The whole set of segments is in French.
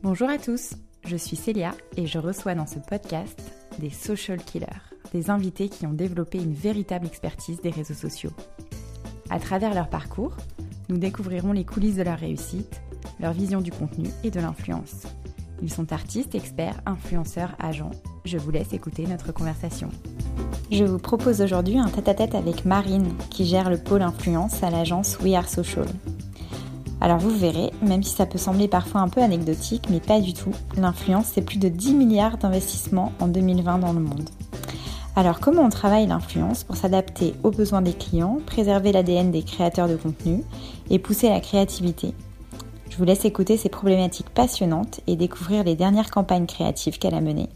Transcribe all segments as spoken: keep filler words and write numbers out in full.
Bonjour à tous, je suis Célia et je reçois dans ce podcast des social killers, des invités qui ont développé une véritable expertise des réseaux sociaux. À travers leur parcours, nous découvrirons les coulisses de leur réussite, leur vision du contenu et de l'influence. Ils sont artistes, experts, influenceurs, agents. Je vous laisse écouter notre conversation. Je vous propose aujourd'hui un tête-à-tête avec Marine, qui gère le pôle influence à l'agence We Are Social. Alors vous verrez, même si ça peut sembler parfois un peu anecdotique, mais pas du tout, l'influence c'est plus de dix milliards d'investissements en deux mille vingt dans le monde. Alors comment on travaille l'influence pour s'adapter aux besoins des clients, préserver l'A D N des créateurs de contenu et pousser la créativité ? Je vous laisse écouter ces problématiques passionnantes et découvrir les dernières campagnes créatives qu'elle a menées.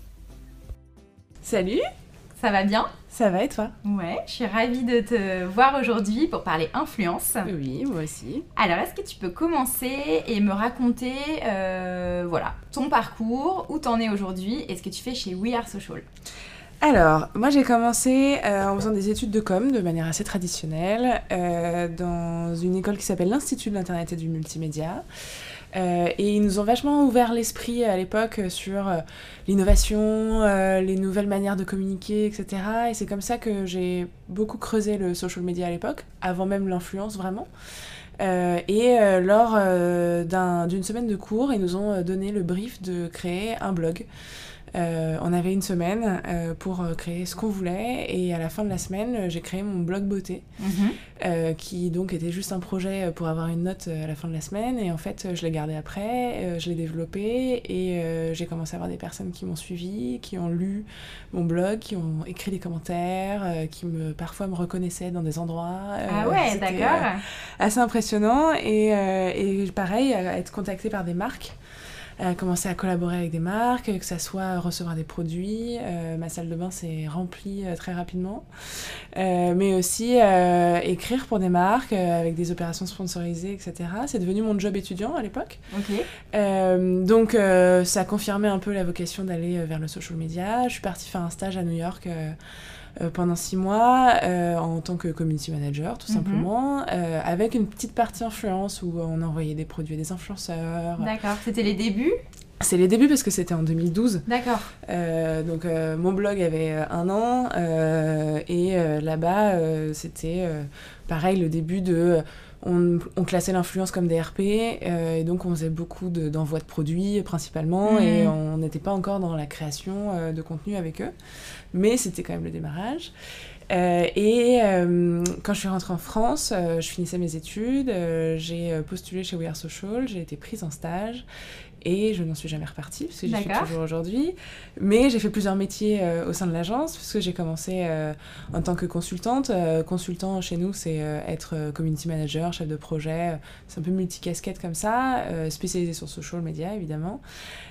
Salut, ça va bien ? Ça va et toi ? Ouais, je suis ravie de te voir aujourd'hui pour parler influence. Oui, moi aussi. Alors, est-ce que tu peux commencer et me raconter euh, voilà, ton parcours, où t'en es aujourd'hui et ce que tu fais chez We Are Social ? Alors, moi j'ai commencé euh, en faisant des études de com de manière assez traditionnelle euh, dans une école qui s'appelle l'Institut de l'Internet et du Multimédia. Euh, et ils nous ont vachement ouvert l'esprit à l'époque sur euh, l'innovation, euh, les nouvelles manières de communiquer, et cetera. Et c'est comme ça que j'ai beaucoup creusé le social media à l'époque, avant même l'influence vraiment. Euh, et euh, lors euh, d'un, d'une semaine de cours, ils nous ont donné le brief de créer un blog. Euh, on avait une semaine euh, pour créer ce qu'on voulait et à la fin de la semaine j'ai créé mon blog beauté mmh. euh, qui donc était juste un projet pour avoir une note à la fin de la semaine et en fait je l'ai gardé après, euh, je l'ai développé et euh, j'ai commencé à avoir des personnes qui m'ont suivi, qui ont lu mon blog, qui ont écrit des commentaires, euh, qui me, parfois me reconnaissaient dans des endroits. Euh, ah ouais, c'était, d'accord. Euh, assez impressionnant et, euh, et pareil, à être contactée par des marques. Euh, commencer à collaborer avec des marques, que ça soit recevoir des produits. Euh, ma salle de bain s'est remplie euh, très rapidement. Euh, mais aussi euh, écrire pour des marques euh, avec des opérations sponsorisées, et cetera. C'est devenu mon job étudiant à l'époque. Okay. Euh, donc euh, ça a confirmé un peu la vocation d'aller vers le social media. Je suis partie faire un stage à New York euh, Euh, pendant six mois euh, en tant que community manager tout mm-hmm. simplement euh, avec une petite partie influence où on envoyait des produits à des influenceurs. D'accord, c'était les débuts ? C'est les débuts parce que c'était en deux mille douze. D'accord. Euh, donc euh, mon blog avait un an euh, et euh, là-bas euh, c'était euh, pareil le début de... On, on classait l'influence comme des R P euh, et donc on faisait beaucoup de, d'envois de produits principalement mmh. et on n'était pas encore dans la création euh, de contenu avec eux. Mais c'était quand même le démarrage. Euh, et euh, quand je suis rentrée en France, euh, je finissais mes études, euh, j'ai postulé chez We Are Social, j'ai été prise en stage et je n'en suis jamais repartie parce que j'y suis toujours aujourd'hui. Mais j'ai fait plusieurs métiers euh, au sein de l'agence parce que j'ai commencé euh, en tant que consultante. Euh, consultant chez nous, c'est euh, être euh, community manager, chef de projet, c'est un peu multicasquette comme ça, euh, spécialisé sur social media évidemment.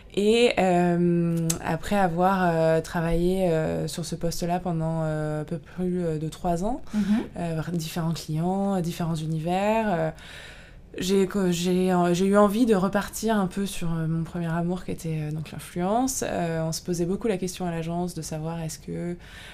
Et euh, après avoir euh, travaillé euh, sur ce poste-là pendant euh, un peu plus de trois ans, mm-hmm. euh, différents clients, différents univers, euh, j'ai, j'ai, j'ai eu envie de repartir un peu sur mon premier amour qui était euh, donc l'influence. Euh, on se posait beaucoup la question à l'agence de savoir est-ce que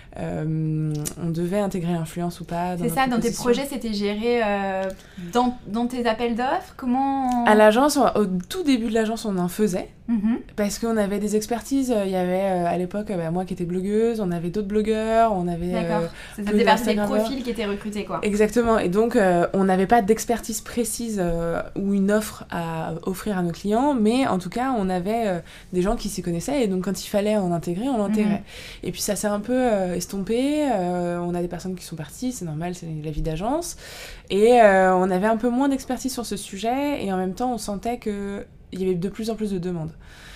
euh, on devait intégrer l'influence ou pas. C'est ça, dans tes projets, c'était géré euh, dans, dans tes appels d'offres ? Comment... À l'agence, on, au tout début de l'agence, on en faisait. Mm-hmm. Parce qu'on avait des expertises. Il y avait euh, à l'époque bah, moi qui étais blogueuse, on avait d'autres blogueurs, on avait... D'accord, euh, ça faisait partie des profils qui étaient recrutés, quoi. Exactement, et donc euh, on n'avait pas d'expertise précise euh, ou une offre à offrir à nos clients, mais en tout cas on avait euh, des gens qui s'y connaissaient et donc quand il fallait en intégrer, on l'intégrait. Mm-hmm. Et puis ça s'est un peu euh, estompé, euh, on a des personnes qui sont parties, c'est normal, c'est la vie d'agence, et euh, on avait un peu moins d'expertise sur ce sujet et en même temps on sentait qu'il y avait de plus en plus de demandes.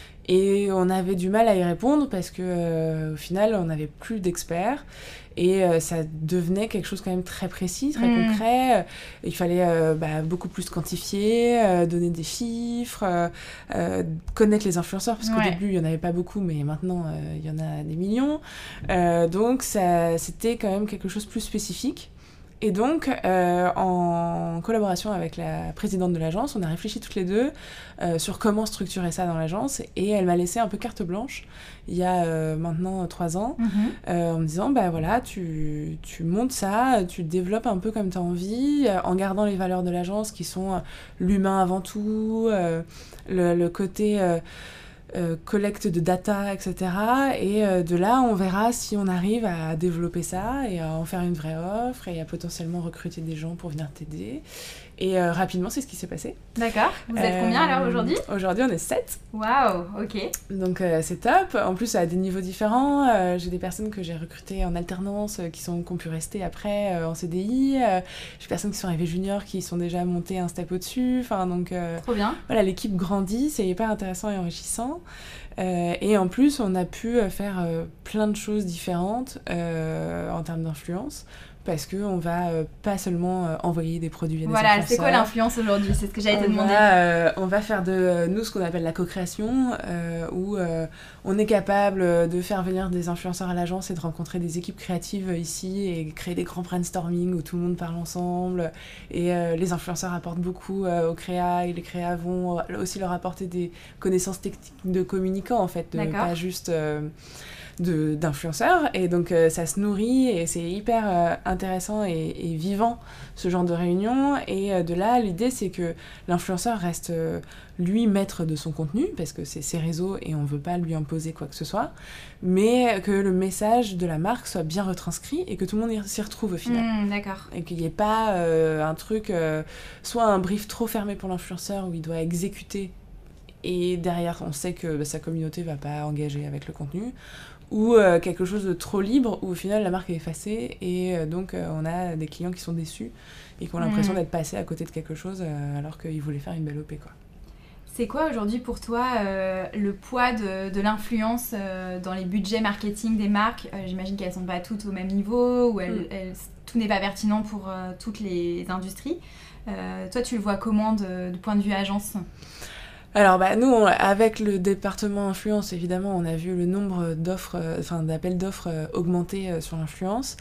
Et on avait du mal à y répondre parce que euh, au final on n'avait plus d'experts et euh, ça devenait quelque chose quand même très précis, très mmh. concret. Il fallait euh, bah, beaucoup plus quantifier, euh, donner des chiffres, euh, euh, connaître les influenceurs parce qu'au ouais. début il n'y en avait pas beaucoup mais maintenant euh, il y en a des millions. Euh, donc ça, c'était quand même quelque chose de plus spécifique. Et donc, euh, en collaboration avec la présidente de l'agence, on a réfléchi toutes les deux euh, sur comment structurer ça dans l'agence. Et elle m'a laissé un peu carte blanche il y a euh, maintenant trois ans, mmh. euh, en me disant, bah voilà, tu, tu montes ça, tu développes un peu comme tu as envie, euh, en gardant les valeurs de l'agence qui sont euh, l'humain avant tout, euh, le, le côté... Euh, Euh, collecte de data, et cetera. Et euh, de là, on verra si on arrive à développer ça et à en faire une vraie offre et à potentiellement recruter des gens pour venir t'aider. Et euh, rapidement, c'est ce qui s'est passé. D'accord. Vous êtes euh, combien alors aujourd'hui ? Aujourd'hui, on est sept. Waouh, ok. Donc euh, c'est top. En plus, à des niveaux différents. Euh, j'ai des personnes que j'ai recrutées en alternance, euh, qui, sont, qui ont pu rester après euh, en C D I. Euh, j'ai des personnes qui sont arrivées juniors, qui sont déjà montées un step au-dessus. Enfin, donc, euh, trop bien. Voilà, l'équipe grandit, c'est hyper intéressant et enrichissant. Euh, et en plus, on a pu faire euh, plein de choses différentes euh, en termes d'influence. Parce qu'on va euh, pas seulement euh, envoyer des produits à des voilà, influenceurs. C'est quoi l'influence aujourd'hui ? C'est ce que j'allais on te demander. Va, euh, on va faire de euh, nous ce qu'on appelle la co-création, euh, où euh, on est capable de faire venir des influenceurs à l'agence et de rencontrer des équipes créatives ici et créer des grands brainstorming où tout le monde parle ensemble. Et euh, les influenceurs apportent beaucoup euh, aux créas et les créas vont aussi leur apporter des connaissances techniques de communicants en fait, de, pas juste... Euh, De, d'influenceurs, et donc euh, ça se nourrit et c'est hyper euh, intéressant et, et vivant ce genre de réunion. Et euh, de là, l'idée c'est que l'influenceur reste euh, lui maître de son contenu parce que c'est ses réseaux et on veut pas lui imposer quoi que ce soit, mais que le message de la marque soit bien retranscrit et que tout le monde s'y retrouve au final. Mmh, d'accord. Et qu'il n'y ait pas euh, un truc, euh, soit un brief trop fermé pour l'influenceur où il doit exécuter et derrière on sait que bah, sa communauté va pas engager avec le contenu, ou euh, quelque chose de trop libre où au final la marque est effacée et euh, donc euh, on a des clients qui sont déçus et qui ont l'impression mmh. d'être passés à côté de quelque chose euh, alors qu'ils voulaient faire une belle O P quoi. C'est quoi aujourd'hui pour toi euh, le poids de, de l'influence euh, dans les budgets marketing des marques ? euh, J'imagine qu'elles sont pas toutes au même niveau ou elles, mmh. elles, tout n'est pas pertinent pour euh, toutes les industries. Euh, toi tu le vois comment de, du point de vue agence ? Alors bah nous, on, avec le département influence, évidemment, on a vu le nombre d'offres, enfin euh, d'appels d'offres euh, augmenter euh, sur l'influence.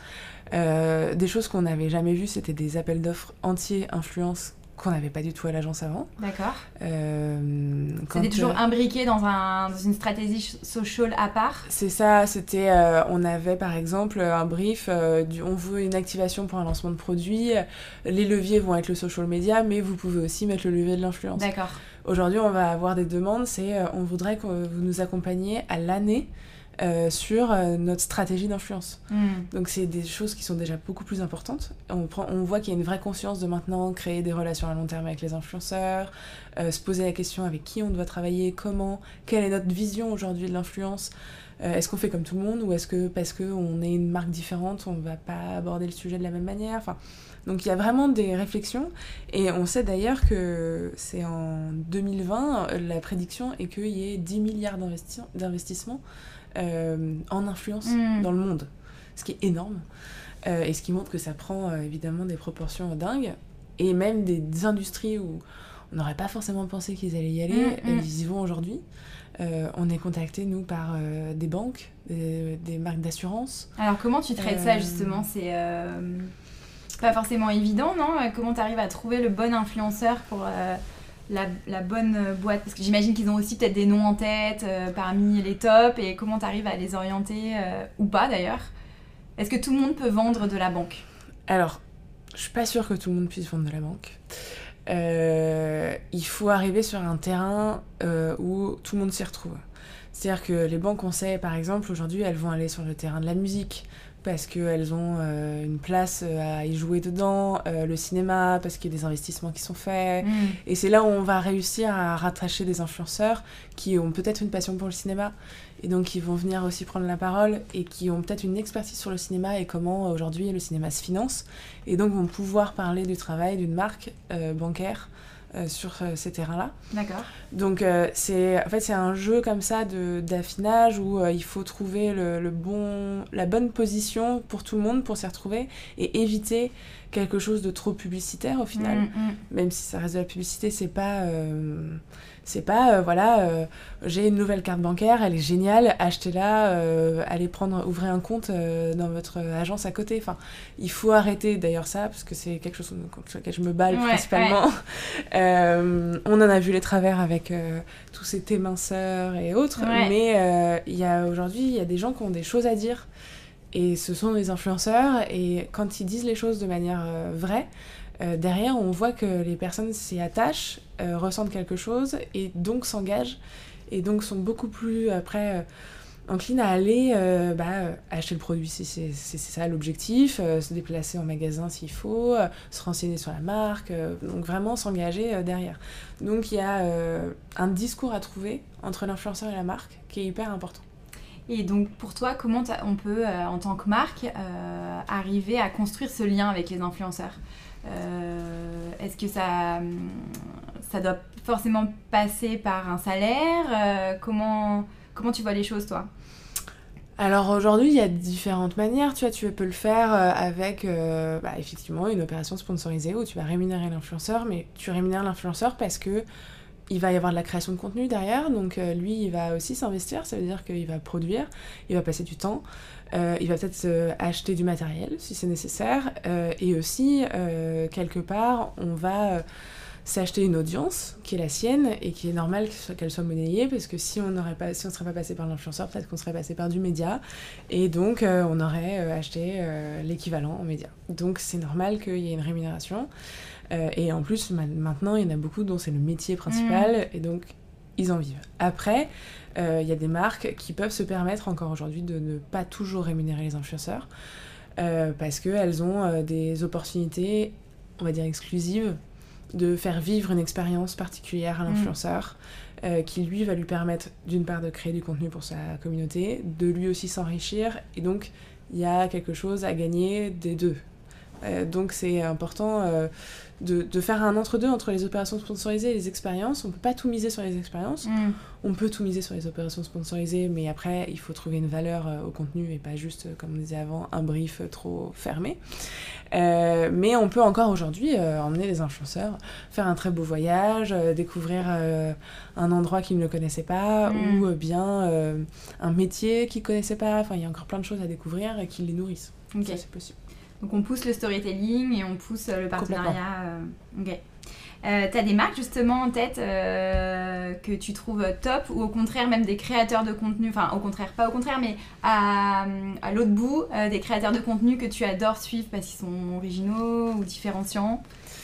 Euh, des choses qu'on n'avait jamais vues, c'était des appels d'offres entiers influence qu'on n'avait pas du tout à l'agence avant. D'accord. Euh, c'était toujours euh, imbriqué dans, un, dans une stratégie social à part ? C'est ça, c'était, euh, on avait par exemple un brief, euh, du, on veut une activation pour un lancement de produit, les leviers vont être le social media, mais vous pouvez aussi mettre le levier de l'influence. D'accord. Aujourd'hui, on va avoir des demandes, c'est euh, on voudrait que vous nous accompagniez à l'année euh, sur euh, notre stratégie d'influence. Mm. Donc, c'est des choses qui sont déjà beaucoup plus importantes. On, prend, on voit qu'il y a une vraie conscience de maintenant créer des relations à long terme avec les influenceurs, euh, se poser la question avec qui on doit travailler, comment, quelle est notre vision aujourd'hui de l'influence. Euh, est-ce qu'on fait comme tout le monde ou est-ce que parce qu'on est une marque différente, on ne va pas aborder le sujet de la même manière ? Enfin, donc il y a vraiment des réflexions et on sait d'ailleurs que c'est en deux mille vingt, la prédiction est qu'il y ait dix milliards d'investi- d'investissements euh, en influence mmh. dans le monde, ce qui est énorme euh, et ce qui montre que ça prend euh, évidemment des proportions dingues et même des, des industries où on n'aurait pas forcément pensé qu'ils allaient y aller, mmh, mmh. ils y vont aujourd'hui. Euh, on est contacté, nous, par euh, des banques, des, des marques d'assurance. Alors, comment tu traites euh... ça, justement ? C'est euh, pas forcément évident, non ? Comment tu arrives à trouver le bon influenceur pour euh, la, la bonne boîte ? Parce que j'imagine qu'ils ont aussi peut-être des noms en tête euh, parmi les tops. Et comment tu arrives à les orienter, euh, ou pas, d'ailleurs ? Est-ce que tout le monde peut vendre de la banque ? Alors, je suis pas sûre que tout le monde puisse vendre de la banque. Euh, il faut arriver sur un terrain euh, où tout le monde s'y retrouve. C'est-à-dire que les banques, on sait, par exemple, aujourd'hui, elles vont aller sur le terrain de la musique parce qu'elles ont euh, une place à y jouer dedans, euh, le cinéma, parce qu'il y a des investissements qui sont faits. Mmh. Et c'est là où on va réussir à rattacher des influenceurs qui ont peut-être une passion pour le cinéma et donc qui vont venir aussi prendre la parole et qui ont peut-être une expertise sur le cinéma et comment aujourd'hui le cinéma se finance et donc vont pouvoir parler du travail d'une marque euh, bancaire euh, sur euh, ces terrains-là. D'accord. Donc euh, c'est, en fait, c'est un jeu comme ça de, d'affinage où euh, il faut trouver le, le bon, la bonne position pour tout le monde pour s'y retrouver et éviter quelque chose de trop publicitaire au final. Mmh, mmh. Même si ça reste de la publicité, c'est pas... Euh, c'est pas, euh, voilà, euh, j'ai une nouvelle carte bancaire, elle est géniale, achetez-la, euh, allez prendre, ouvrez un compte euh, dans votre agence à côté. Enfin, il faut arrêter d'ailleurs ça, parce que c'est quelque chose contre lequel je me balle Ouais, principalement. ouais. euh, on en a vu les travers avec euh, tous ces thés minceurs et autres, Ouais. mais euh, y a, aujourd'hui, il y a des gens qui ont des choses à dire, et ce sont des influenceurs, et quand ils disent les choses de manière euh, vraie, Euh, derrière, on voit que les personnes s'y attachent, euh, ressentent quelque chose et donc s'engagent et donc sont beaucoup plus après euh, enclines à aller euh, bah, acheter le produit si c'est, c'est, c'est ça l'objectif, euh, se déplacer en magasin s'il faut, euh, se renseigner sur la marque, euh, donc vraiment s'engager euh, derrière. Donc il y a euh, un discours à trouver entre l'influenceur et la marque qui est hyper important. Et donc pour toi, comment on peut, euh, en tant que marque, euh, arriver à construire ce lien avec les influenceurs ? Euh, est-ce que ça, ça doit forcément passer par un salaire ? euh, comment, comment tu vois les choses, toi ? Alors aujourd'hui, il y a différentes manières. Tu vois, tu peux le faire euh, avec euh, bah, effectivement une opération sponsorisée où tu vas rémunérer l'influenceur, mais tu rémunères l'influenceur parce que il va y avoir de la création de contenu derrière, donc euh, lui, il va aussi s'investir, ça veut dire qu'il va produire, il va passer du temps, euh, il va peut-être euh, acheter du matériel si c'est nécessaire, euh, et aussi, euh, quelque part, on va euh, s'acheter une audience qui est la sienne et qui est normal qu'elle soit, qu'elle soit monnayée, parce que si on n'aurait pas, si on ne serait pas passé par l'influenceur, peut-être qu'on serait passé par du média, et donc euh, on aurait euh, acheté euh, l'équivalent en média. Donc c'est normal qu'il y ait une rémunération. Euh, et en plus, ma- maintenant, il y en a beaucoup dont c'est le métier principal, mmh. et donc ils en vivent. Après, il euh, y a des marques qui peuvent se permettre encore aujourd'hui de ne pas toujours rémunérer les influenceurs, euh, parce qu'elles ont euh, des opportunités, on va dire exclusives, de faire vivre une expérience particulière à l'influenceur, mmh. euh, qui lui va lui permettre d'une part de créer du contenu pour sa communauté, de lui aussi s'enrichir, et donc il y a quelque chose à gagner des deux. Euh, donc c'est important euh, de, de faire un entre-deux entre les opérations sponsorisées et les expériences. On peut pas tout miser sur les expériences, mmh. on peut tout miser sur les opérations sponsorisées, mais après il faut trouver une valeur euh, au contenu et pas juste, euh, comme on disait avant, un brief trop fermé. Euh, mais on peut encore aujourd'hui euh, emmener les influenceurs faire un très beau voyage, euh, découvrir euh, un endroit qu'ils ne connaissaient pas, mmh. ou euh, bien euh, un métier qu'ils connaissaient pas. Enfin, il y a encore plein de choses à découvrir et qui les nourrissent. Okay. Ça, c'est possible. Donc on pousse le storytelling et on pousse le partenariat. Euh, ok. Euh, t'as des marques justement en tête euh, que tu trouves top, ou au contraire même des créateurs de contenu, enfin au contraire, pas au contraire, mais à, à l'autre bout, euh, des créateurs de contenu que tu adores suivre parce qu'ils sont originaux ou différenciants?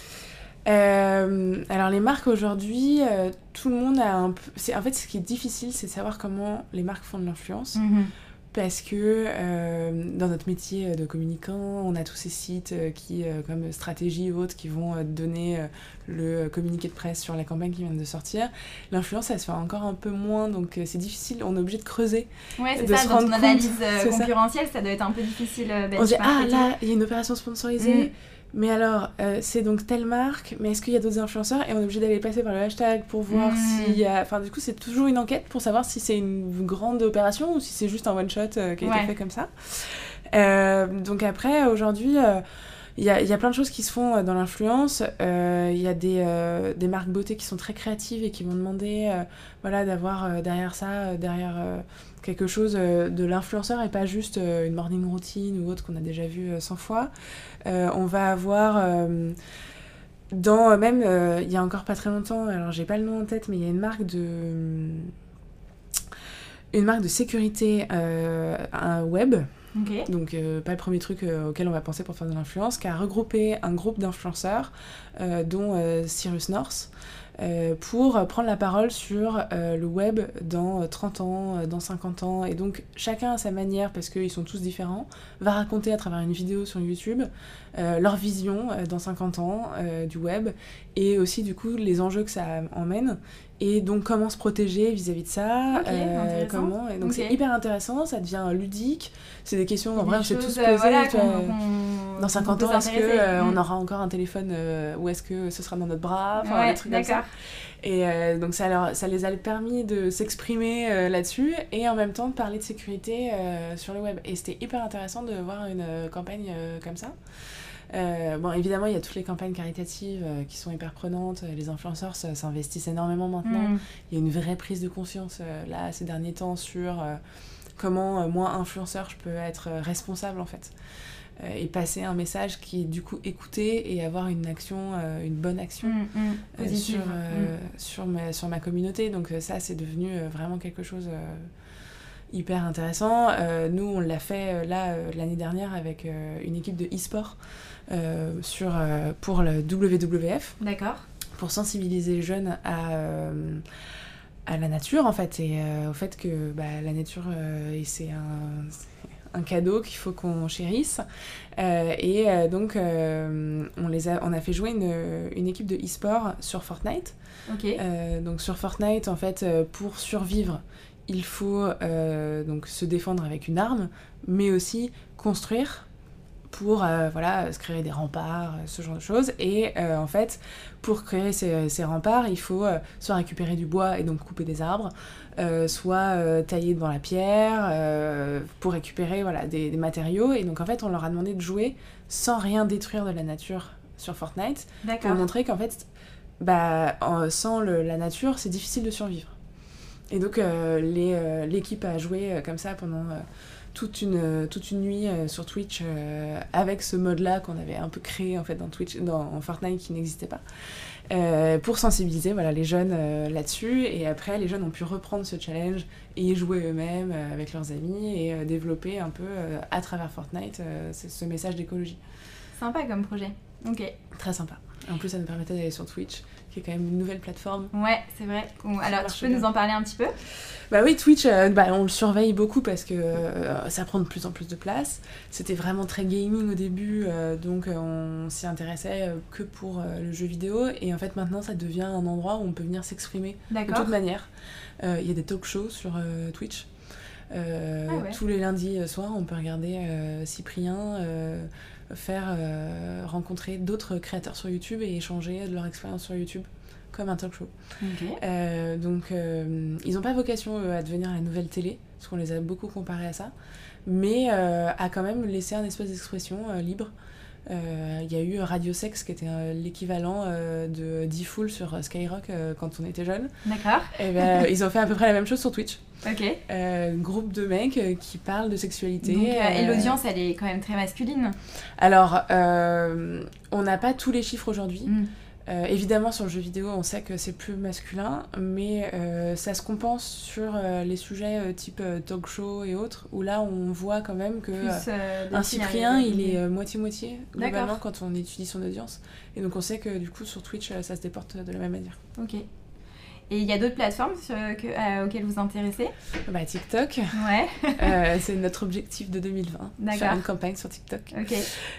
Euh, alors les marques aujourd'hui, euh, tout le monde a un peu... C'est, en fait, ce qui est difficile, c'est de savoir comment les marques font de l'influence. Mm-hmm. Parce que euh, dans notre métier de communicant, on a tous ces sites euh, qui, euh, comme Stratégie ou autres, qui vont euh, donner euh, le communiqué de presse sur la campagne qui vient de sortir. L'influence, ça se fait encore un peu moins, donc euh, c'est difficile, on est obligé de creuser. Ouais, c'est de ça, se dans rendre ton compte, analyse euh, concurrentielle, ça. ça doit être un peu difficile. Euh, on dit, ah là, il y a une opération sponsorisée. Mm. Mais alors, euh, c'est donc telle marque, mais est-ce qu'il y a d'autres influenceurs ? Et on est obligé d'aller passer par le hashtag pour voir mmh. s'il y a... Enfin, du coup, c'est toujours une enquête pour savoir si c'est une grande opération ou si c'est juste un one-shot euh, qui a ouais. été fait comme ça. Euh, donc après, aujourd'hui, il euh, y, a, y a plein de choses qui se font euh, dans l'influence. Il euh, y a des, euh, des marques beauté qui sont très créatives et qui vont demander euh, voilà, d'avoir euh, derrière ça, euh, derrière... Euh, quelque chose de l'influenceur et pas juste une morning routine ou autre qu'on a déjà vu cent fois. Euh, on va avoir euh, dans même il euh, y a encore pas très longtemps, alors j'ai pas le nom en tête, mais il y a une marque de une marque de sécurité euh, un web. Okay. Donc euh, pas le premier truc euh, auquel on va penser pour faire de l'influence, qui a regroupé un groupe d'influenceurs euh, dont euh, Cyrus North. Euh, pour prendre la parole sur euh, le web dans trente ans, euh, dans cinquante ans. Et donc, chacun à sa manière, parce qu'ils sont tous différents, va raconter à travers une vidéo sur YouTube euh, leur vision euh, dans cinquante ans euh, du web, et aussi, du coup, les enjeux que ça emmène. Et donc, comment se protéger vis-à-vis de ça. Ok, euh, comment et donc, okay. c'est hyper intéressant, ça devient ludique. C'est des questions, en vrai, on s'est tous posées. Euh, voilà, qu'on, qu'on... dans cinquante ans, est-ce qu'on euh, mmh. aura encore un téléphone euh, ou est-ce que ce sera dans notre bras, enfin ouais, des trucs comme ça. Et euh, donc ça, leur, ça les a permis de s'exprimer euh, là-dessus et en même temps de parler de sécurité euh, sur le web. Et c'était hyper intéressant de voir une euh, campagne euh, comme ça. Euh, bon, évidemment, il y a toutes les campagnes caritatives euh, qui sont hyper prenantes. Les influenceurs ça, s'investissent énormément maintenant. Mmh. Il y a une vraie prise de conscience euh, là, ces derniers temps, sur euh, comment, euh, moi, influenceur, je peux être euh, responsable, en fait. Euh, et passer un message qui est, du coup, écouté et avoir une action, euh, une bonne action mmh, mmh. Euh, sur, euh, mmh. sur, ma, sur ma communauté. Donc euh, ça, c'est devenu euh, vraiment quelque chose... Euh, hyper intéressant. Euh, nous, on l'a fait euh, là euh, l'année dernière avec euh, une équipe de e-sport euh, sur, euh, pour le W W F. D'accord. Pour sensibiliser les jeunes à, euh, à la nature, en fait, et euh, au fait que bah, la nature, euh, c'est un... un cadeau qu'il faut qu'on chérisse. Euh, et euh, donc, euh, on, les a, on a fait jouer une, une équipe de e-sport sur Fortnite. Okay. Euh, donc, sur Fortnite, en fait, euh, pour survivre, il faut euh, donc, se défendre avec une arme, mais aussi construire pour euh, voilà, se créer des remparts, ce genre de choses. Et euh, en fait, pour créer ces, ces remparts, il faut euh, soit récupérer du bois et donc couper des arbres, euh, soit euh, tailler dans la pierre euh, pour récupérer voilà, des, des matériaux. Et donc en fait, on leur a demandé de jouer sans rien détruire de la nature sur Fortnite. D'accord. Pour montrer qu'en fait, bah, en, sans le, la nature, c'est difficile de survivre. Et donc euh, les, euh, l'équipe a joué euh, comme ça pendant... Euh, toute une, toute une nuit euh, sur Twitch euh, avec ce mode-là qu'on avait un peu créé en fait dans Twitch, dans Fortnite qui n'existait pas, euh, pour sensibiliser voilà, les jeunes euh, là-dessus. Et après, les jeunes ont pu reprendre ce challenge et y jouer eux-mêmes euh, avec leurs amis et euh, développer un peu euh, à travers Fortnite euh, ce message d'écologie. Sympa comme projet. Ok. Très sympa. En plus, ça nous permettait d'aller sur Twitch, qui est quand même une nouvelle plateforme. Ouais, c'est vrai. Alors, tu peux bien. Nous en parler un petit peu ? Bah oui, Twitch, euh, bah, on le surveille beaucoup parce que euh, ça prend de plus en plus de place. C'était vraiment très gaming au début, euh, donc euh, on s'y intéressait euh, que pour euh, le jeu vidéo. Et en fait, maintenant, ça devient un endroit où on peut venir s'exprimer D'accord. de toute manière. Il euh, y a des talk shows sur euh, Twitch. Euh, ah ouais. Tous les lundis soirs, on peut regarder euh, Cyprien euh, faire euh, rencontrer d'autres créateurs sur YouTube et échanger de leur expérience sur YouTube comme un talk show. Okay. Euh, donc euh, ils n'ont pas vocation eux, à devenir la nouvelle télé, parce qu'on les a beaucoup comparés à ça, mais euh, à quand même laisser un espace d'expression euh, libre. Il euh, y a eu Radio Sex qui était euh, l'équivalent euh, de D-Fool sur Skyrock euh, quand on était jeunes. D'accord. Et ben, ils ont fait à peu près la même chose sur Twitch. Ok. Euh, groupe de mecs euh, qui parlent de sexualité. Donc, euh, et l'audience, elle est quand même très masculine. Alors, euh, on n'a pas tous les chiffres aujourd'hui. Mm. Euh, évidemment, sur le jeu vidéo, on sait que c'est plus masculin, mais euh, ça se compense sur euh, les sujets euh, type euh, talk show et autres, où là, on voit quand même que plus, euh, un Cyprien, il est euh, moitié-moitié, globalement, quand on étudie son audience. Et donc, on sait que du coup, sur Twitch, ça se déporte de la même manière. Ok. Et il y a d'autres plateformes sur, que, euh, auxquelles vous vous intéressez ? Bah, TikTok. Ouais. euh, c'est notre objectif de deux mille vingt. D'accord. Faire une campagne sur TikTok. Ok.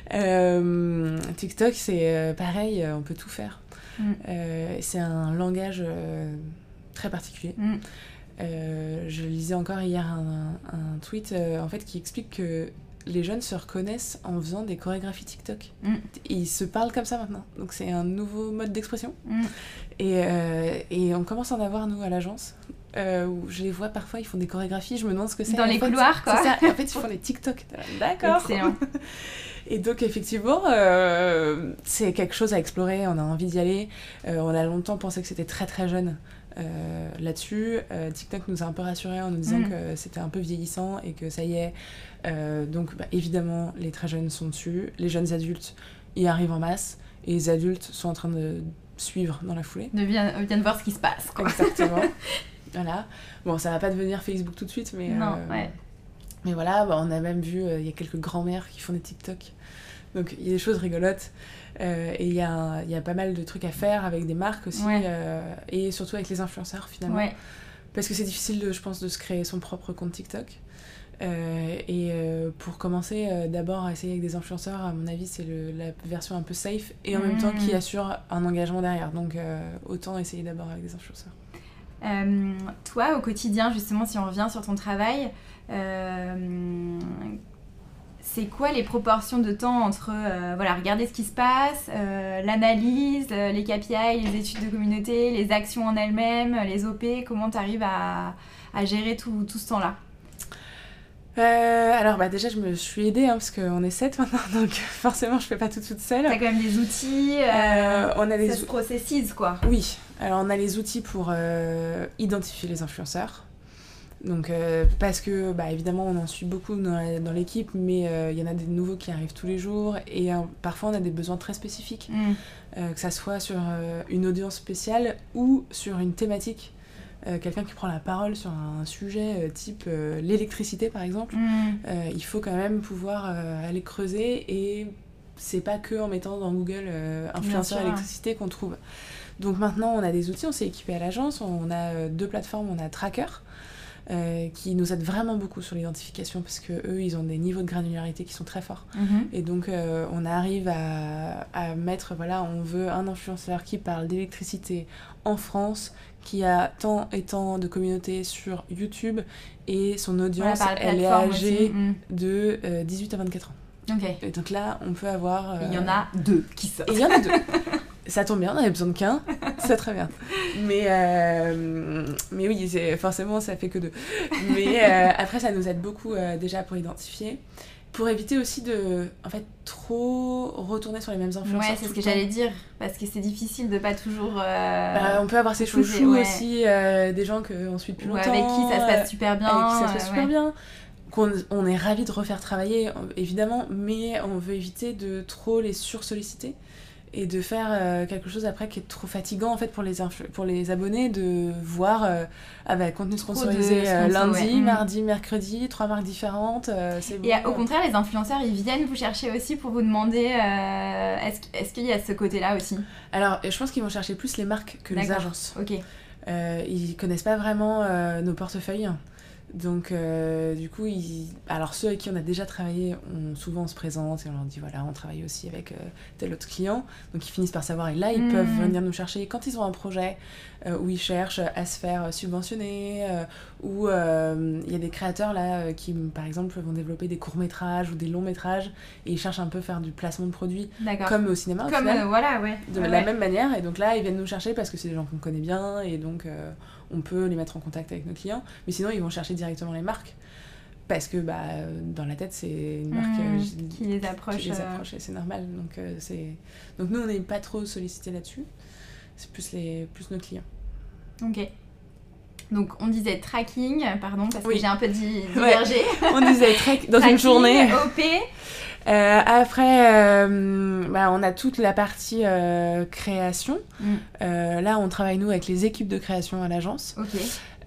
Euh, TikTok, c'est euh, pareil, on peut tout faire. Mm. Euh, c'est un langage euh, très particulier. Mm. Euh, je lisais encore hier un, un tweet euh, en fait, qui explique que les jeunes se reconnaissent en faisant des chorégraphies TikTok. Mm. Ils se parlent comme ça maintenant. Donc c'est un nouveau mode d'expression. Mm. Et, euh, et on commence à en avoir, nous, à l'agence. Euh, où je les vois parfois, ils font des chorégraphies, je me demande ce que c'est. Dans les fait, couloirs, quoi. C'est ça. Et en fait, ils font des TikTok. D'accord. Excellent. Et donc, effectivement, euh, c'est quelque chose à explorer. On a envie d'y aller. Euh, on a longtemps pensé que c'était très, très jeune. Euh, là-dessus, euh, TikTok nous a un peu rassurés en nous disant mmh. que c'était un peu vieillissant et que ça y est. Euh, donc, bah, évidemment, les très jeunes sont dessus. Les jeunes adultes y arrivent en masse. Et les adultes sont en train de suivre dans la foulée. De bien, bien de voir ce qui se passe, quoi. Exactement. Voilà. Bon, ça va pas devenir Facebook tout de suite, mais... Non, euh, ouais. Mais voilà, bah, on a même vu, il euh, y a quelques grands-mères qui font des TikTok. Donc, il y a des choses rigolotes. Euh, et il y, y a pas mal de trucs à faire avec des marques aussi. Ouais. Euh, et surtout avec les influenceurs, finalement. Ouais. Parce que c'est difficile, de, je pense, de se créer son propre compte TikTok. Euh, et euh, pour commencer, euh, d'abord, essayer avec des influenceurs, à mon avis, c'est le, la version un peu safe. Et en mmh. même temps, qui assure un engagement derrière. Donc, euh, autant essayer d'abord avec des influenceurs. Euh, toi, au quotidien, justement, si on revient sur ton travail, euh, c'est quoi les proportions de temps entre euh, voilà, regarder ce qui se passe, euh, l'analyse, euh, les K P I, les études de communauté, les actions en elles-mêmes, les O P, comment tu arrives à, à gérer tout, tout ce temps-là? Euh, alors bah déjà je me suis aidée hein, parce qu'on est sept maintenant donc forcément je fais pas tout toute seule. T'as quand même des outils, euh, euh, on a des ça se processise quoi. Oui, alors on a les outils pour euh, identifier les influenceurs. Donc euh, parce que bah, évidemment on en suit beaucoup dans, la, dans l'équipe mais il euh, y en a des nouveaux qui arrivent tous les jours et euh, parfois on a des besoins très spécifiques, mm. euh, que ça soit sur euh, une audience spéciale ou sur une thématique. Euh, quelqu'un qui prend la parole sur un sujet euh, type euh, l'électricité par exemple, mmh. euh, il faut quand même pouvoir euh, aller creuser et c'est pas que en mettant dans Google euh, influenceur électricité qu'on trouve. Donc maintenant on a des outils, on s'est équipé à l'agence, on a euh, deux plateformes, on a Tracker euh, qui nous aident vraiment beaucoup sur l'identification parce que eux ils ont des niveaux de granularité qui sont très forts mmh. et donc euh, on arrive à, à mettre voilà on veut un influenceur qui parle d'électricité en France, qui a tant et tant de communautés sur YouTube et son audience voilà, elle est âgée mmh. de euh, dix-huit à vingt-quatre ans. Okay. Et donc là on peut avoir... Euh... Il y en a deux qui sortent. Et il y en a deux. Ça tombe bien, on avait besoin de qu'un, c'est très bien. Mais, euh, mais oui, c'est, forcément ça fait que deux. Mais euh, après ça nous aide beaucoup euh, déjà pour identifier. Pour éviter aussi de, en fait, trop retourner sur les mêmes influenceurs. Ouais, c'est ce que j'allais dire, parce que c'est difficile de pas toujours... Euh, bah, on peut avoir ses chouchous ouais. aussi, euh, des gens qu'on suit depuis longtemps. Ouais, avec qui ça se passe super bien. Avec qui ça se passe euh, super ouais. bien. Qu'on, on est ravis de refaire travailler, évidemment, mais on veut éviter de trop les sursolliciter et de faire euh, quelque chose après qui est trop fatigant en fait pour les, influ- pour les abonnés de voir euh, ah bah, contenu sponsorisé euh, lundi, ouais. mardi, mercredi, trois marques différentes. Euh, c'est et bon, au contraire, les influenceurs, ils viennent vous chercher aussi pour vous demander euh, est-ce, est-ce qu'il y a ce côté-là aussi? Alors, je pense qu'ils vont chercher plus les marques que D'accord. les agences. Ok. Euh, ils connaissent pas vraiment euh, nos portefeuilles. Donc, euh, du coup, ils... alors ceux avec qui on a déjà travaillé, on, souvent on se présente et on leur dit voilà, on travaille aussi avec euh, tel autre client. Donc, ils finissent par savoir et là, ils mmh. peuvent venir nous chercher quand ils ont un projet euh, où ils cherchent à se faire subventionner, euh, ou il euh, y a des créateurs là euh, qui, par exemple, vont développer des courts-métrages ou des longs-métrages et ils cherchent un peu faire du placement de produits, D'accord. comme au cinéma. Comme, au final, euh, voilà, ouais. De ouais, la ouais. même manière. Et donc là, ils viennent nous chercher parce que c'est des gens qu'on connaît bien et donc. Euh, on peut les mettre en contact avec nos clients, mais sinon ils vont chercher directement les marques parce que bah, dans la tête c'est une marque mmh, euh, qui les approche, qui les approche et c'est normal. Donc, euh, c'est... donc nous on n'est pas trop sollicités là-dessus, c'est plus, les... plus nos clients. Ok. Donc on disait tracking, pardon parce oui. que j'ai un peu divergé. Ouais. On disait track dans tracking, une journée. O P. Euh, après, euh, bah, on a toute la partie euh, création. Mm. Euh, là, on travaille, nous, avec les équipes de création à l'agence. Ok.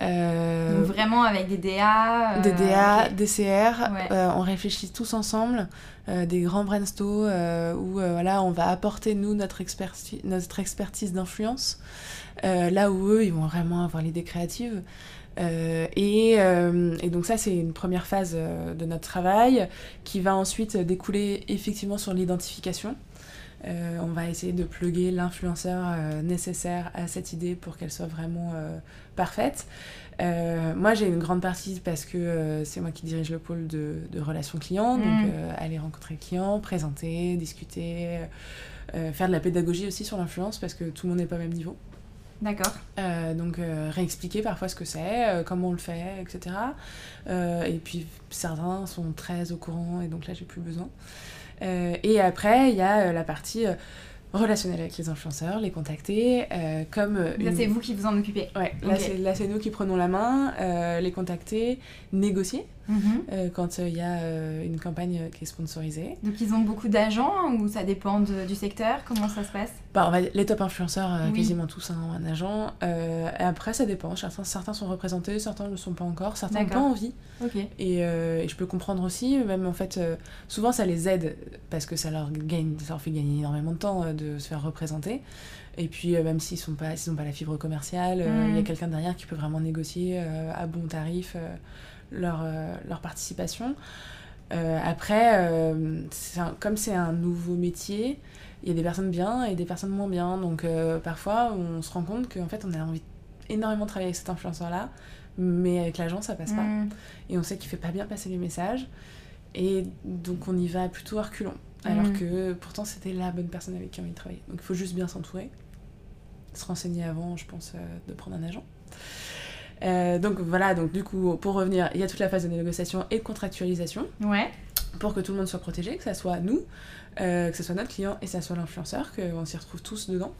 Euh, Donc vraiment avec des D A euh, Des D A, okay. des C R. Ouais. Euh, on réfléchit tous ensemble, euh, des grands brainstorms euh, où euh, voilà, on va apporter, nous, notre, experti- notre expertise d'influence. Euh, là où eux, ils vont vraiment avoir l'idée créative. Euh, et, euh, et donc ça c'est une première phase euh, de notre travail qui va ensuite découler effectivement sur l'identification. Euh, on va essayer de plugger l'influenceur euh, nécessaire à cette idée pour qu'elle soit vraiment euh, parfaite. Euh, moi j'ai une grande partie parce que euh, c'est moi qui dirige le pôle de, de relations clients, mmh. donc euh, aller rencontrer le client, présenter, discuter, euh, faire de la pédagogie aussi sur l'influence parce que tout le monde n'est pas au même niveau. D'accord. Euh, donc euh, réexpliquer parfois ce que c'est, euh, comment on le fait, et cetera. Euh, et puis certains sont très au courant et donc là j'ai plus besoin. Euh, et après il y a euh, la partie euh, relationnelle avec les influenceurs, les contacter. Euh, comme euh, une... Ça c'est vous qui vous en occupez. Ouais, là, okay. c'est, là c'est nous qui prenons la main, euh, les contacter, négocier. Mm-hmm. Euh, quand il euh, y a euh, une campagne qui est sponsorisée. Donc ils ont beaucoup d'agents hein, ou ça dépend de, du secteur? Comment ça se passe? Bah, on va, les top influenceurs, euh, oui. quasiment tous hein, ont un agent. Euh, et après ça dépend, certains, certains sont représentés, certains ne le sont pas encore, certains n'ont pas envie. Okay. Et, euh, et je peux comprendre aussi, même en fait, euh, souvent ça les aide parce que ça leur, gagne, ça leur fait gagner énormément de temps euh, de se faire représenter. Et puis euh, même s'ils n'ont pas, s'ils pas la fibre commerciale, il euh, mm. y a quelqu'un derrière qui peut vraiment négocier euh, à bon tarif euh, leur, euh, leur participation. Euh, après, euh, c'est un, comme c'est un nouveau métier, il y a des personnes bien et des personnes moins bien. Donc euh, parfois, on se rend compte qu'en fait, on a envie énormément de travailler avec cet influenceur-là, mais avec l'agent, ça passe mm. pas. Et on sait qu'il fait pas bien passer les messages. et donc on y va plutôt à reculons. Alors Mmh. que pourtant c'était la bonne personne avec qui on y travaillait. Donc il faut juste bien s'entourer. Se renseigner avant, je pense, euh, de prendre un agent. Euh, donc voilà, donc du coup, pour revenir, il y a toute la phase de négociation et de contractualisation Ouais. pour que tout le monde soit protégé, que ça soit nous, euh, que ce soit notre client et que ça soit l'influenceur, qu'on s'y retrouve tous dedans.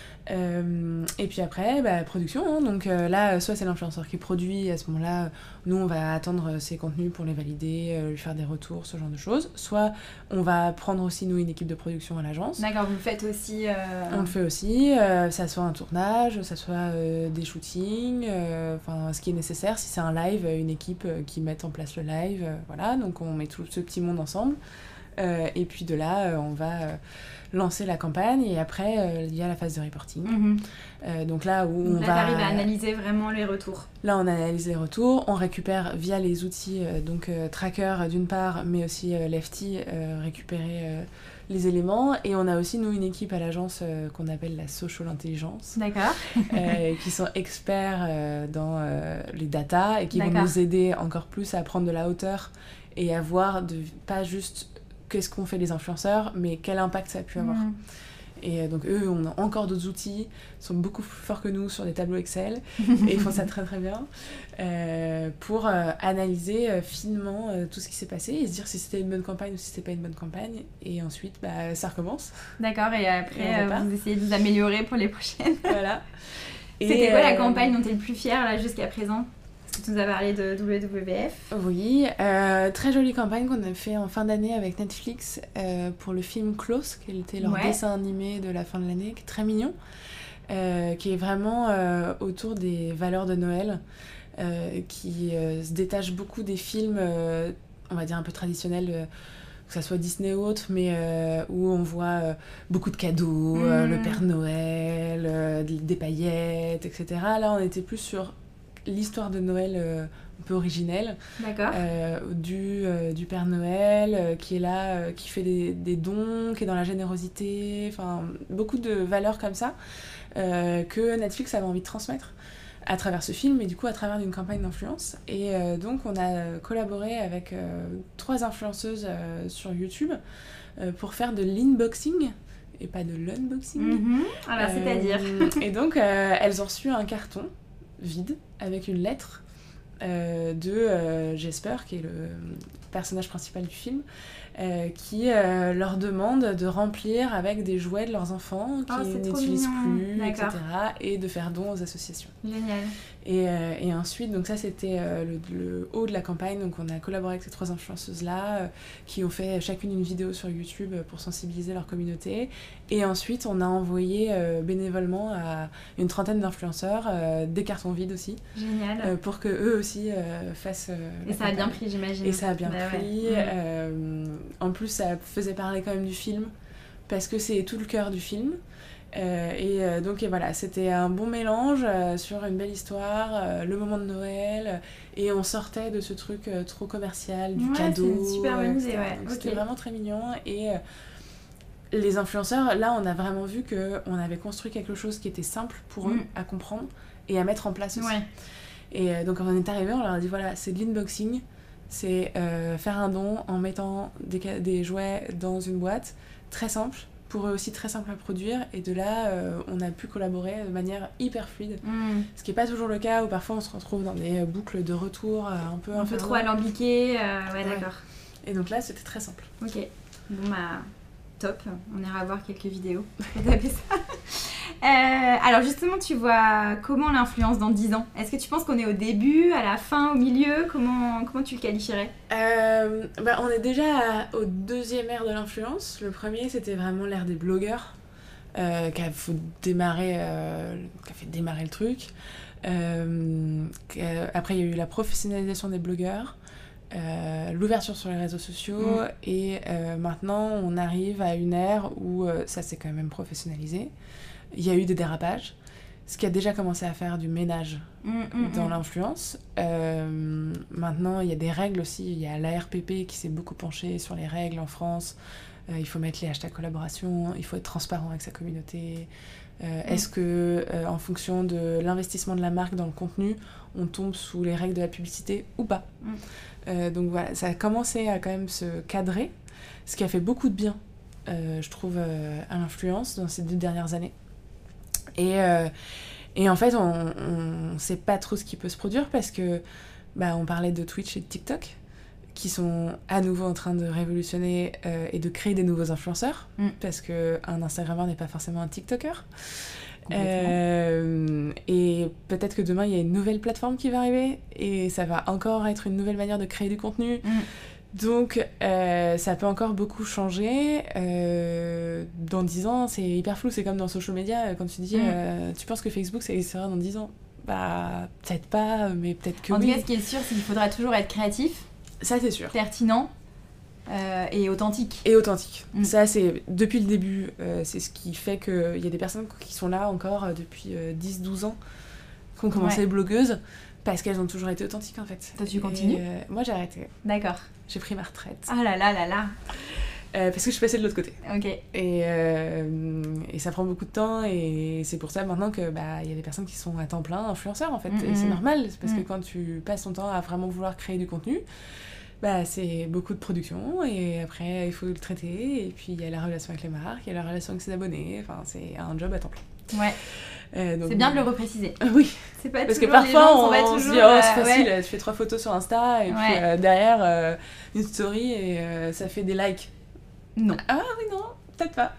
Euh, et puis après, bah, production, hein. Donc euh, là, soit c'est l'influenceur qui produit, à ce moment-là, nous on va attendre ses contenus pour les valider, euh, lui faire des retours, ce genre de choses. Soit on va prendre aussi, nous, une équipe de production à l'agence. D'accord, vous le faites aussi. Euh... On le fait aussi, euh, ça soit un tournage, ça soit euh, des shootings, enfin euh, ce qui est nécessaire. Si c'est un live, une équipe euh, qui met en place le live, euh, voilà. Donc on met tout ce petit monde ensemble. Euh, et puis de là, euh, on va euh, lancer la campagne et après, euh, il y a la phase de reporting. Mmh. Euh, donc là où Donc on là, va... t'arrives à analyser vraiment les retours. Là, on analyse les retours, on récupère via les outils, euh, donc euh, Tracker euh, d'une part, mais aussi euh, Lefty, euh, récupérer euh, les éléments. Et on a aussi, nous, une équipe à l'agence euh, qu'on appelle la Social Intelligence, D'accord. euh, qui sont experts euh, dans euh, les data et qui vont D'accord. nous aider encore plus à prendre de la hauteur et à voir de, pas juste qu'est-ce qu'ont fait les influenceurs, mais quel impact ça a pu avoir. Mmh. Et euh, donc eux, on a encore d'autres outils, sont beaucoup plus forts que nous sur des tableaux Excel, et ils font ça très très bien, euh, pour euh, analyser euh, finement euh, tout ce qui s'est passé, et se dire si c'était une bonne campagne ou si c'était pas une bonne campagne, et ensuite, bah, ça recommence. D'accord, et après, Et on euh, repart. vous essayez de vous améliorer pour les prochaines. Voilà. C'était Et, quoi la euh, campagne dont t'es le plus fière là jusqu'à présent? Parce que tu nous as parlé de W W F. Oui, euh, très jolie campagne qu'on a fait en fin d'année avec Netflix euh, pour le film Close, qui était leur Ouais. dessin animé de la fin de l'année, qui est très mignon, euh, qui est vraiment euh, autour des valeurs de Noël, euh, qui euh, se détache beaucoup des films, euh, on va dire un peu traditionnels, euh, que ça soit Disney ou autre, mais euh, où on voit euh, beaucoup de cadeaux, euh, Mmh. le Père Noël, euh, des paillettes, et cetera. Là, on était plus sur l'histoire de Noël euh, un peu originelle, D'accord. euh, du, euh, du Père Noël euh, qui est là, euh, qui fait des, des dons, qui est dans la générosité, enfin beaucoup de valeurs comme ça euh, que Netflix avait envie de transmettre à travers ce film et du coup à travers une campagne d'influence. Et euh, donc on a collaboré avec euh, trois influenceuses euh, sur YouTube euh, pour faire de l'inboxing et pas de l'unboxing. Mhm. Alors, Euh, c'est-à-dire Et donc euh, elles ont reçu un carton vide avec une lettre euh, de euh, Jesper, qui est le personnage principal du film, euh, qui euh, leur demande de remplir avec des jouets de leurs enfants Oh, qui c'est trop n'utilisent mignon. plus, D'accord. et cetera, et de faire don aux associations. Génial. Et, euh, et ensuite, donc ça c'était euh, le, le haut de la campagne, donc on a collaboré avec ces trois influenceuses-là, euh, qui ont fait chacune une vidéo sur YouTube pour sensibiliser leur communauté. Et ensuite, on a envoyé euh, bénévolement à une trentaine d'influenceurs euh, des cartons vides aussi, Génial. euh, pour que eux aussi euh, fassent euh, Et la ça a bien campagne. pris, j'imagine. Et ça a bien Bah ouais. pris. Mm. euh, en plus, ça faisait parler quand même du film, parce que c'est tout le cœur du film. Euh, et euh, donc et voilà, c'était un bon mélange euh, sur une belle histoire, euh, le moment de Noël, euh, et on sortait de ce truc euh, trop commercial, du Ouais, cadeau. c'est une super bonne et idée, cetera. ouais. Donc Ok. c'était vraiment très mignon. Et euh, les influenceurs, là, on a vraiment vu qu'on avait construit quelque chose qui était simple pour eux Mm. à comprendre et à mettre en place aussi. Ouais. Et euh, donc quand on est arrivé, on leur a dit voilà, c'est de l'inboxing, c'est euh, faire un don en mettant des, ca- des jouets dans une boîte, très simple, pour eux aussi très simple à produire, et de là euh, on a pu collaborer de manière hyper fluide, Mm. ce qui n'est pas toujours le cas, où parfois on se retrouve dans des boucles de retour euh, un peu Un peu infernales. trop alambiqué. euh, ouais, Ouais. d'accord. Et donc là c'était très simple. Ok. Bon, bah, top. On ira voir quelques vidéos pour taper ça. Euh, alors, justement, tu vois comment l'influence dans dix ans? Est-ce que tu penses qu'on est au début, à la fin, au milieu? Comment, comment tu le qualifierais? Euh, bah, on est déjà à- au deuxième ère de l'influence. Le premier, c'était vraiment l'ère des blogueurs, euh, qui a fait démarrer, euh, qui a fait démarrer le truc. Euh, que- après, il y a eu la professionnalisation des blogueurs, euh, l'ouverture sur les réseaux sociaux, Mm. et euh, maintenant, on arrive à une ère où euh, ça s'est quand même professionnalisé. Il y a eu des dérapages, ce qui a déjà commencé à faire du ménage Mm, mm, dans mm. l'influence. Euh, maintenant, il y a des règles aussi. Il y a l'A R P P qui s'est beaucoup penché sur les règles en France. Euh, il faut mettre les hashtags collaboration, il faut être transparent avec sa communauté. Euh, mmh. Est-ce que, euh, en fonction de l'investissement de la marque dans le contenu, on tombe sous les règles de la publicité ou pas? mmh. euh, Donc voilà, ça a commencé à quand même se cadrer, ce qui a fait beaucoup de bien, euh, je trouve, euh, à l'influence dans ces deux dernières années. Et, euh, et en fait, on ne sait pas trop ce qui peut se produire parce que bah, on parlait de Twitch et de TikTok, qui sont à nouveau en train de révolutionner euh, et de créer des nouveaux influenceurs, mm. parce qu'un Instagrammeur n'est pas forcément un TikToker. Euh, et peut-être que demain, il y a une nouvelle plateforme qui va arriver, et ça va encore être une nouvelle manière de créer du contenu. Mm. Donc, euh, ça peut encore beaucoup changer. Euh, dans dix ans, c'est hyper flou. C'est comme dans social media, quand tu dis mm. euh, tu penses que Facebook, ça existera dans dix ans? Bah, peut-être pas, mais peut-être que en oui. En tout cas, ce qui est sûr, c'est qu'il faudra toujours être créatif. Ça, c'est sûr. Pertinent euh, et authentique. Et authentique. Mm. Ça, c'est depuis le début. Euh, c'est ce qui fait qu'il y a des personnes qui sont là encore euh, depuis euh, dix douze ans, qui ont commencé ouais. blogueuses, parce qu'elles ont toujours été authentiques, en fait. Toi, tu continues? euh, Moi, j'ai arrêté. D'accord. J'ai pris ma retraite. Ah là là là là. Euh, parce que je suis passée de l'autre côté. Ok. Et, euh, et ça prend beaucoup de temps, et c'est pour ça maintenant que bah, y a des personnes qui sont à temps plein influenceurs, en fait. Mm-hmm. Et c'est normal, c'est parce mm-hmm. que quand tu passes ton temps à vraiment vouloir créer du contenu, bah, c'est beaucoup de production, et après il faut le traiter, et puis il y a la relation avec les marques, il y a la relation avec ses abonnés, enfin c'est un job à temps plein. Ouais. Euh, donc, c'est bien de le repréciser. Euh, oui. C'est pas parce toujours, que parfois les gens on, on on toujours, se dit oh c'est euh, facile, ouais. tu fais trois photos sur Insta et ouais. puis euh, derrière euh, une story et euh, ça fait des likes. Non. Ah oui non, peut-être pas.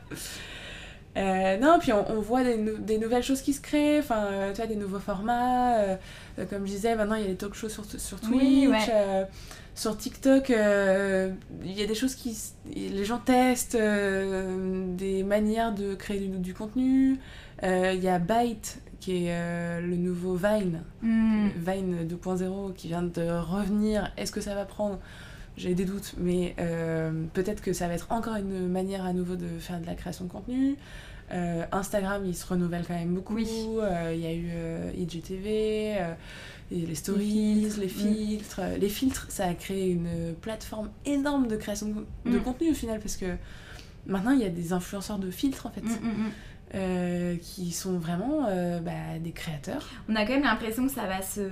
Euh, non, puis on, on voit des, nou- des nouvelles choses qui se créent, enfin, euh, tu vois, des nouveaux formats. Euh, euh, comme je disais, maintenant il y a les talk shows sur, sur Twitch, oui, ouais. euh, sur TikTok. Euh, il y a des choses qui, les gens testent, euh, des manières de créer du, du contenu. Euh, il y a Byte qui est euh, le nouveau Vine, mm. Vine deux point zéro qui vient de revenir. Est-ce que ça va prendre ? J'ai des doutes, mais euh, peut-être que ça va être encore une manière à nouveau de faire de la création de contenu. Euh, Instagram, il se renouvelle quand même beaucoup. Il oui. euh, y a eu euh, I G T V, euh, les stories, les filtres. Les filtres. Mm. Les filtres, ça a créé une plateforme énorme de création de, de mm. contenu au final, parce que maintenant, il y a des influenceurs de filtres, en fait. Mm, mm, mm. Euh, qui sont vraiment euh, bah, des créateurs. On a quand même l'impression que ça va se...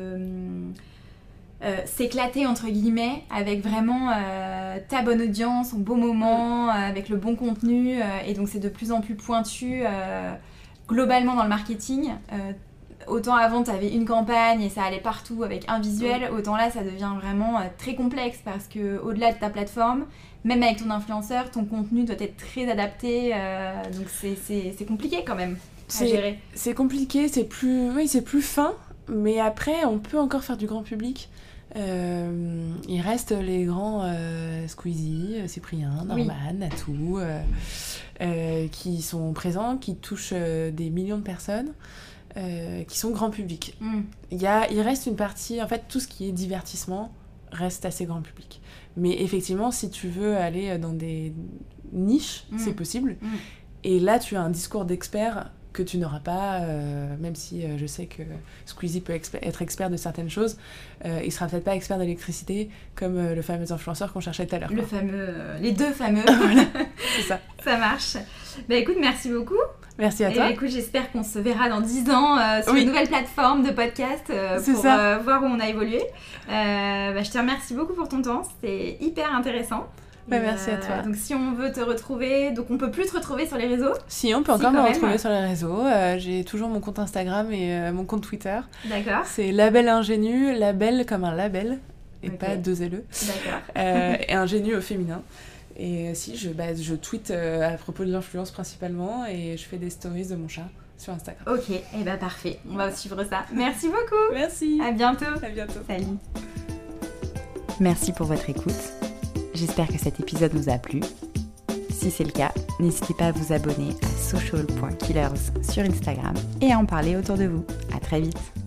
Euh, s'éclater entre guillemets avec vraiment euh, ta bonne audience, au bon moment, mmh. euh, avec le bon contenu euh, et donc c'est de plus en plus pointu euh, globalement dans le marketing. Euh, autant avant tu avais une campagne et ça allait partout avec un visuel, mmh. autant là ça devient vraiment euh, très complexe parce que au-delà de ta plateforme, même avec ton influenceur, ton contenu doit être très adapté, euh, donc c'est, c'est, c'est compliqué quand même à c'est, gérer. C'est compliqué, c'est plus, oui, c'est plus fin, mais après on peut encore faire du grand public. Euh, il reste les grands euh, Squeezie, Cyprien, Norman, oui. Natou, euh, euh, qui sont présents, qui touchent euh, des millions de personnes, euh, qui sont grand public. Mm. Il y a, il reste une partie, en fait, tout ce qui est divertissement reste assez grand public. Mais effectivement, si tu veux aller dans des niches, mm. c'est possible. Mm. Et là, tu as un discours d'expert que tu n'auras pas, euh, même si euh, je sais que Squeezie peut exp- être expert de certaines choses, euh, il sera peut-être pas expert d'électricité comme euh, le fameux influenceur qu'on cherchait tout à l'heure. Le fameux, euh, les deux fameux. Voilà, c'est ça. Ça marche. Bah écoute, merci beaucoup. Merci à et toi. Et écoute, j'espère qu'on se verra dans dix ans euh, sur oui. une nouvelle plateforme de podcast euh, pour euh, voir où on a évolué. Euh, bah, je te remercie beaucoup pour ton temps, c'était hyper intéressant. Bah, merci euh, à toi. Donc si on veut te retrouver, donc on peut plus te retrouver sur les réseaux. Si, on peut encore si, me retrouver même. sur les réseaux. Euh, j'ai toujours mon compte Instagram et euh, mon compte Twitter. D'accord. C'est Label Ingénu, label comme un label et okay. pas deux L E. D'accord. Euh, et ingénu au féminin. Et euh, si, je, bah, je tweete euh, à propos de l'influence principalement et je fais des stories de mon chat sur Instagram. Ok, et eh bah parfait, on va suivre ça. Merci beaucoup. Merci. À bientôt. À bientôt. Salut. Merci pour votre écoute. J'espère que cet épisode vous a plu. Si c'est le cas, n'hésitez pas à vous abonner à social point killers sur Instagram et à en parler autour de vous. À très vite.